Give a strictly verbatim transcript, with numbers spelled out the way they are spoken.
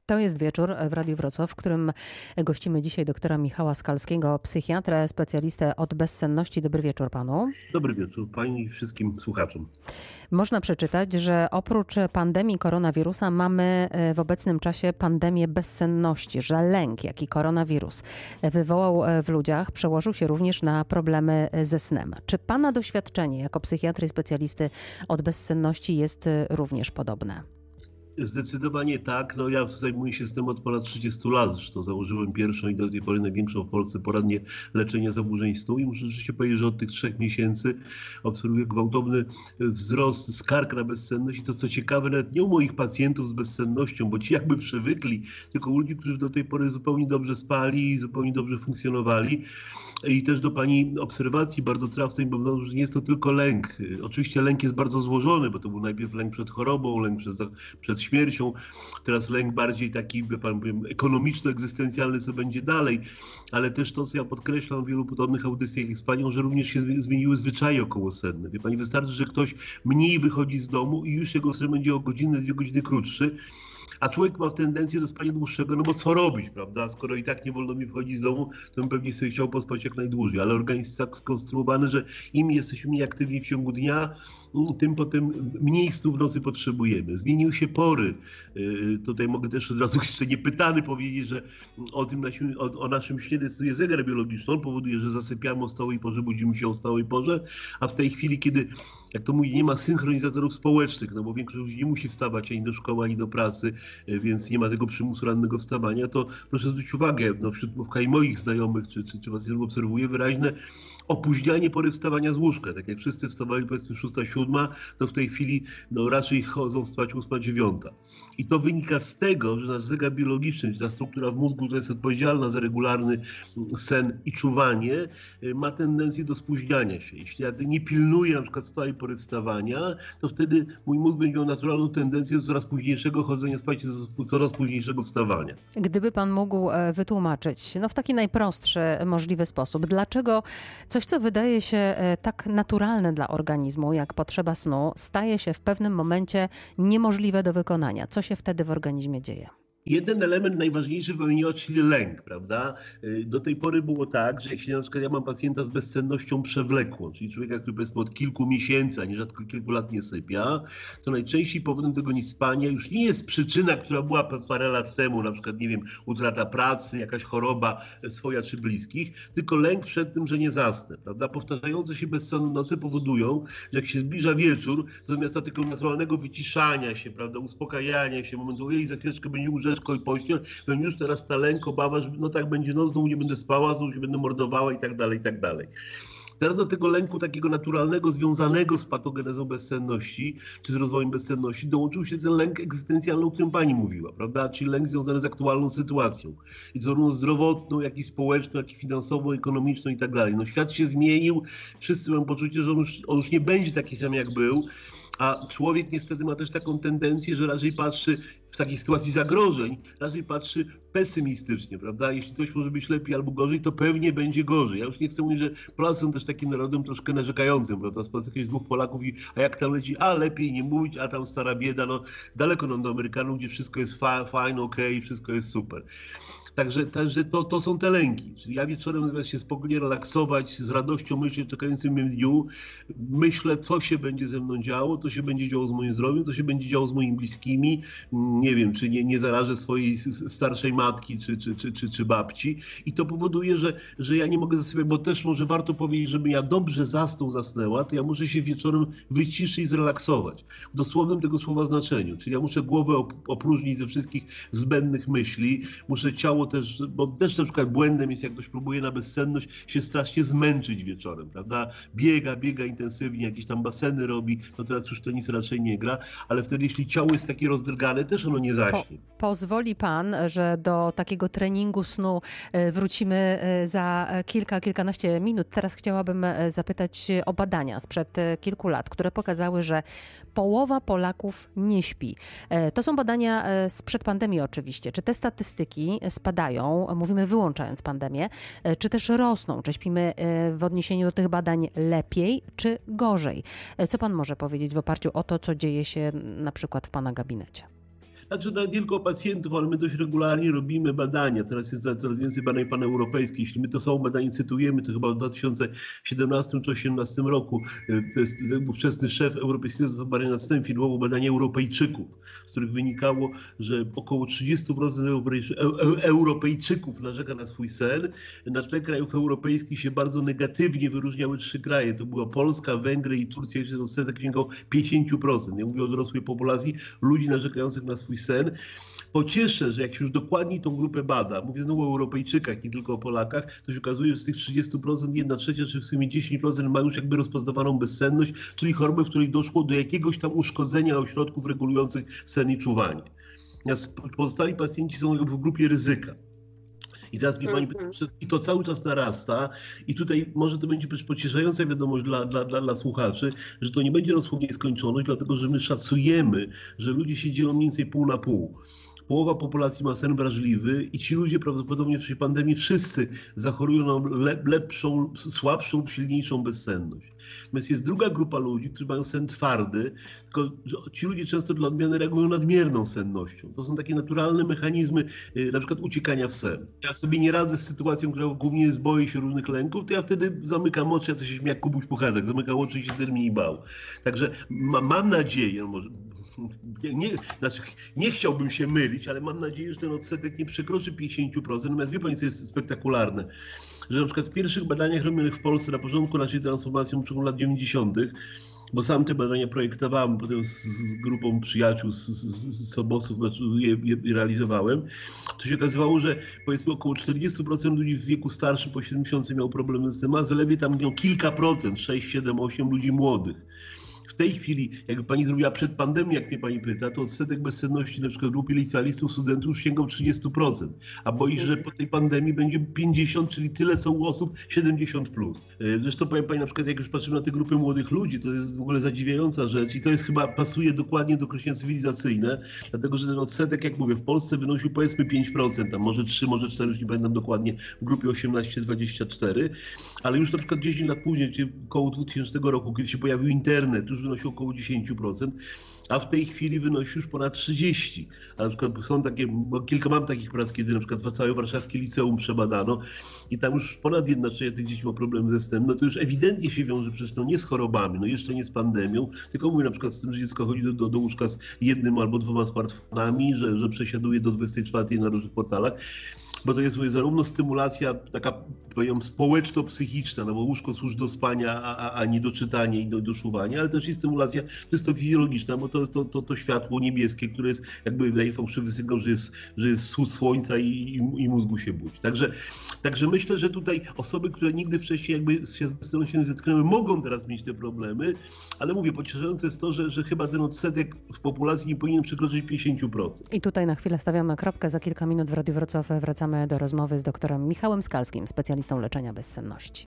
To jest wieczór w Radiu Wrocław, w którym gościmy dzisiaj doktora Michała Skalskiego, psychiatrę, specjalistę od bezsenności. Dobry wieczór panu. Dobry wieczór pani i wszystkim słuchaczom. Można przeczytać, że oprócz pandemii koronawirusa mamy w obecnym czasie pandemię bezsenności, że lęk, jaki koronawirus wywołał w ludziach, przełożył się również na problemy ze snem. Czy pana doświadczenie jako psychiatry i specjalisty od bezsenności jest również podobne? Zdecydowanie tak. No ja zajmuję się z tym od ponad trzydziestu lat. Zresztą założyłem pierwszą i do tej pory największą w Polsce poradnię leczenia zaburzeń snu i muszę rzeczywiście powiedzieć, że od tych trzech miesięcy obserwuję gwałtowny wzrost skarg na bezsenność i to co ciekawe nawet nie u moich pacjentów z bezsennością, bo ci jakby przywykli, tylko u ludzi, którzy do tej pory zupełnie dobrze spali i zupełnie dobrze funkcjonowali. I też do pani obserwacji bardzo trafnej, bo no, że nie jest to tylko lęk. Oczywiście lęk jest bardzo złożony, bo to był najpierw lęk przed chorobą, lęk przed, przed śmiercią, teraz lęk bardziej taki, by pan powiem, ekonomiczno-egzystencjalny, co będzie dalej, ale też to, co ja podkreślam w wielu podobnych audycjach z panią, że również się zmieniły zwyczaje okołosenne. Wie pani, wystarczy, że ktoś mniej wychodzi z domu i już jego sen będzie o godzinę, dwie godziny krótszy. A człowiek ma tendencję do spania dłuższego, no bo co robić, prawda? Skoro i tak nie wolno mi wchodzić z domu, to bym pewnie sobie chciał pospać jak najdłużej. Ale organizm jest tak skonstruowany, że im jesteśmy mniej aktywni w ciągu dnia, tym potem mniej snu w nocy potrzebujemy. Zmieniły się pory. Yy, tutaj mogę też od razu jeszcze niepytany powiedzieć, że o tym naszym, o, o naszym śnie decyduje zegar biologiczny. On powoduje, że zasypiamy o stałej porze, budzimy się o stałej porze, a w tej chwili, kiedy, jak to mówi, nie ma synchronizatorów społecznych, no bo większość ludzi nie musi wstawać ani do szkoły, ani do pracy, więc nie ma tego przymusu rannego wstawania, to proszę zwrócić uwagę, no wśród i moich znajomych, czy, czy, czy pacjentów obserwuję wyraźne opóźnianie pory wstawania z łóżka. Tak jak wszyscy wstawali powiedzmy szósta, siódma, to w tej chwili no, raczej chodzą spać ósma, dziewiąta. I to wynika z tego, że nasz zegar biologiczny, czyli ta struktura w mózgu, która jest odpowiedzialna za regularny sen i czuwanie, ma tendencję do spóźniania się. Jeśli ja nie pilnuję na przykład stałej pory wstawania, to wtedy mój mózg będzie miał naturalną tendencję do coraz późniejszego chodzenia spać, do coraz późniejszego wstawania. Gdyby pan mógł wytłumaczyć, no w taki najprostszy możliwy sposób, dlaczego coś, co wydaje się tak naturalne dla organizmu, jak potrzeba snu, staje się w pewnym momencie niemożliwe do wykonania. Co się wtedy w organizmie dzieje? Jeden element najważniejszy wymieniła, czyli lęk, prawda? Do tej pory było tak, że jeśli na przykład ja mam pacjenta z bezsennością przewlekłą, czyli człowieka, który powiedzmy od kilku miesięcy, a nierzadko kilku lat nie sypia, to najczęściej powodem tego niespania już nie jest przyczyna, która była parę lat temu, na przykład, nie wiem, utrata pracy, jakaś choroba swoja czy bliskich, tylko lęk przed tym, że nie zasnę, prawda? Powtarzające się bezsenne noce powodują, że jak się zbliża wieczór, to zamiast takiego naturalnego wyciszania się, prawda, uspokajania się, momentu, ojej, za chwileczkę będzie łóżeczko i pościel, wiem już teraz ta lęk, obawa, że no tak będzie, no znowu nie będę spała, znowu się będę mordowała i tak dalej, i tak dalej. Teraz do tego lęku takiego naturalnego, związanego z patogenezą bezsenności, czy z rozwojem bezsenności, dołączył się ten lęk egzystencjalny, o którym pani mówiła, prawda? Czyli lęk związany z aktualną sytuacją. I zarówno zdrowotną, jak i społeczną, jak i finansową, ekonomiczną i tak dalej. No świat się zmienił, wszyscy mają poczucie, że on już, on już nie będzie taki sam jak był. A człowiek niestety ma też taką tendencję, że raczej patrzy w takiej sytuacji zagrożeń, raczej patrzy pesymistycznie, prawda? Jeśli coś może być lepiej albo gorzej, to pewnie będzie gorzej. Ja już nie chcę mówić, że Polacy są też takim narodem troszkę narzekającym, prawda? Spotykam dwóch Polaków i a jak tam leci, a lepiej nie mówić, a tam stara bieda, no daleko nam do Amerykanów, gdzie wszystko jest fa- fajne, okej, okay, wszystko jest super. Także, także to, to są te lęki. Czyli ja wieczorem zamiast się spokojnie relaksować, z radością myśleć o czekającym mnie dniu, myślę, co się będzie ze mną działo, co się będzie działo z moim zdrowiem, co się będzie działo z moimi bliskimi. Nie wiem, czy nie, nie zarażę swojej starszej matki, czy, czy, czy, czy, czy babci. I to powoduje, że, że ja nie mogę zasypiać, bo też może warto powiedzieć, żeby ja dobrze zasnął, zasnęła, to ja muszę się wieczorem wyciszyć i zrelaksować. W dosłownym tego słowa znaczeniu. Czyli ja muszę głowę opróżnić ze wszystkich zbędnych myśli, muszę ciało też, bo też na przykład błędem jest, jak ktoś próbuje na bezsenność się strasznie zmęczyć wieczorem, prawda? Biega, biega intensywnie, jakieś tam baseny robi, no teraz już tenis raczej nie gra, ale wtedy jeśli ciało jest takie rozdrgane, też ono nie zaśnie. Po, pozwoli pan, że do takiego treningu snu wrócimy za kilka, kilkanaście minut. Teraz chciałabym zapytać o badania sprzed kilku lat, które pokazały, że połowa Polaków nie śpi. To są badania sprzed pandemii oczywiście. Czy te statystyki spadają, mówimy wyłączając pandemię, czy też rosną? Czy śpimy w odniesieniu do tych badań lepiej, czy gorzej? Co pan może powiedzieć w oparciu o to, co dzieje się na przykład w pana gabinecie? Znaczy nawet nie tylko pacjentów, ale my dość regularnie robimy badania. Teraz jest coraz więcej badań paneuropejskich. Jeśli my to samo badanie cytujemy, to chyba w dwa tysiące siedemnastym czy dwa tysiące osiemnastym roku to jest ówczesny szef Europejskiego Zespołu Badań nad Snem filmował badania Europejczyków, z których wynikało, że około trzydzieści procent Europejczyków narzeka na swój sen. Na tle krajów europejskich się bardzo negatywnie wyróżniały trzy kraje. To była Polska, Węgry i Turcja, gdzie ten odsetek sięgał pięćdziesiąt procent. Ja mówię o dorosłej populacji ludzi narzekających na swój sen. Pocieszę, że jak się już dokładniej tą grupę bada, mówię znowu o Europejczykach, nie tylko o Polakach, to się okazuje, że z tych trzydziestu procent jedna trzecia, czy w sumie dziesięć procent ma już jakby rozpoznawaną bezsenność, czyli chorobę, w której doszło do jakiegoś tam uszkodzenia ośrodków regulujących sen i czuwanie. Natomiast pozostali pacjenci są jakby w grupie ryzyka. I teraz mi pani mm-hmm. i to cały czas narasta i tutaj może to będzie pocieszająca wiadomość dla, dla, dla, dla słuchaczy, że to nie będzie dosłownie nieskończoność, dlatego że my szacujemy, że ludzie się dzielą mniej więcej pół na pół. Połowa populacji ma sen wrażliwy i ci ludzie prawdopodobnie w czasie pandemii wszyscy zachorują na le, lepszą, słabszą, silniejszą bezsenność. Natomiast jest druga grupa ludzi, którzy mają sen twardy, tylko że ci ludzie często dla odmiany reagują nadmierną sennością. To są takie naturalne mechanizmy, yy, na przykład uciekania w sen. Ja sobie nie radzę z sytuacją, która głównie jest, boję się różnych lęków, to ja wtedy zamykam oczy, ja to się śmieję jak Kubuś Puchatek, zamykam oczy i się termini bał. Także ma, mam nadzieję, może Nie, znaczy, nie chciałbym się mylić, ale mam nadzieję, że ten odsetek nie przekroczy pięćdziesiąt procent. Natomiast wie pani, co jest spektakularne, że na przykład w pierwszych badaniach robionych w Polsce na początku naszej transformacji w lat dziewięćdziesiątych, bo sam te badania projektowałem, potem z, z grupą przyjaciół z, z, z Sobosów je, je realizowałem, to się okazywało, że powiedzmy około czterdzieści procent ludzi w wieku starszym po siedemdziesiątym miało problemy z tym, a zaledwie tam miał kilka procent, sześć, siedem, osiem ludzi młodych. W tej chwili, jakby pani zrobiła przed pandemią, jak mnie pani pyta, to odsetek bezsenności na przykład grupy licealistów, studentów już sięgał trzydzieści procent, a boi się, że po tej pandemii będzie pięćdziesiąt, czyli tyle są osób siedemdziesiąt plus. Zresztą powiem pani, na przykład jak już patrzymy na te grupy młodych ludzi, to jest w ogóle zadziwiająca rzecz i to jest chyba, pasuje dokładnie do określenia cywilizacyjne, dlatego że ten odsetek, jak mówię, w Polsce wynosił powiedzmy pięć procent, tam może trzy, może cztery, już nie pamiętam dokładnie, w grupie osiemnaście dwadzieścia cztery, ale już na przykład dziesięć lat później, czyli około dwutysięcznego roku, kiedy się pojawił internet, już wynosi około dziesięć procent, a w tej chwili wynosi już ponad trzydzieści procent. A na przykład są takie, bo kilka mam takich prac, kiedy na przykład całe warszawskie liceum przebadano i tam już ponad jedna trzecia tych dzieci ma problemy ze snem, no to już ewidentnie się wiąże przecież no nie z chorobami, no jeszcze nie z pandemią, tylko mówię na przykład z tym, że dziecko chodzi do, do, do łóżka z jednym albo dwoma smartfonami, że, że przesiaduje do dwudziestej czwartej na różnych portalach. Bo to jest mówię, zarówno stymulacja taka, powiem, społeczno-psychiczna, no bo łóżko służy do spania, a, a nie do czytania i do, do szuwania, ale też i stymulacja czysto fizjologiczna, bo to jest to, to, to światło niebieskie, które jest jakby daje fałszywy sygnał, że jest, że jest wschód słońca i, i, i mózgu się budzi. Także, także myślę, że tutaj osoby, które nigdy wcześniej jakby się z bezsennością nie zetknęły, mogą teraz mieć te problemy, ale mówię, pocieszające jest to, że, że chyba ten odsetek w populacji nie powinien przekroczyć pięćdziesiąt procent. I tutaj na chwilę stawiamy kropkę. Za kilka minut w Radiu Wrocław wracamy do rozmowy z doktorem Michałem Skalskim, specjalistą leczenia bezsenności.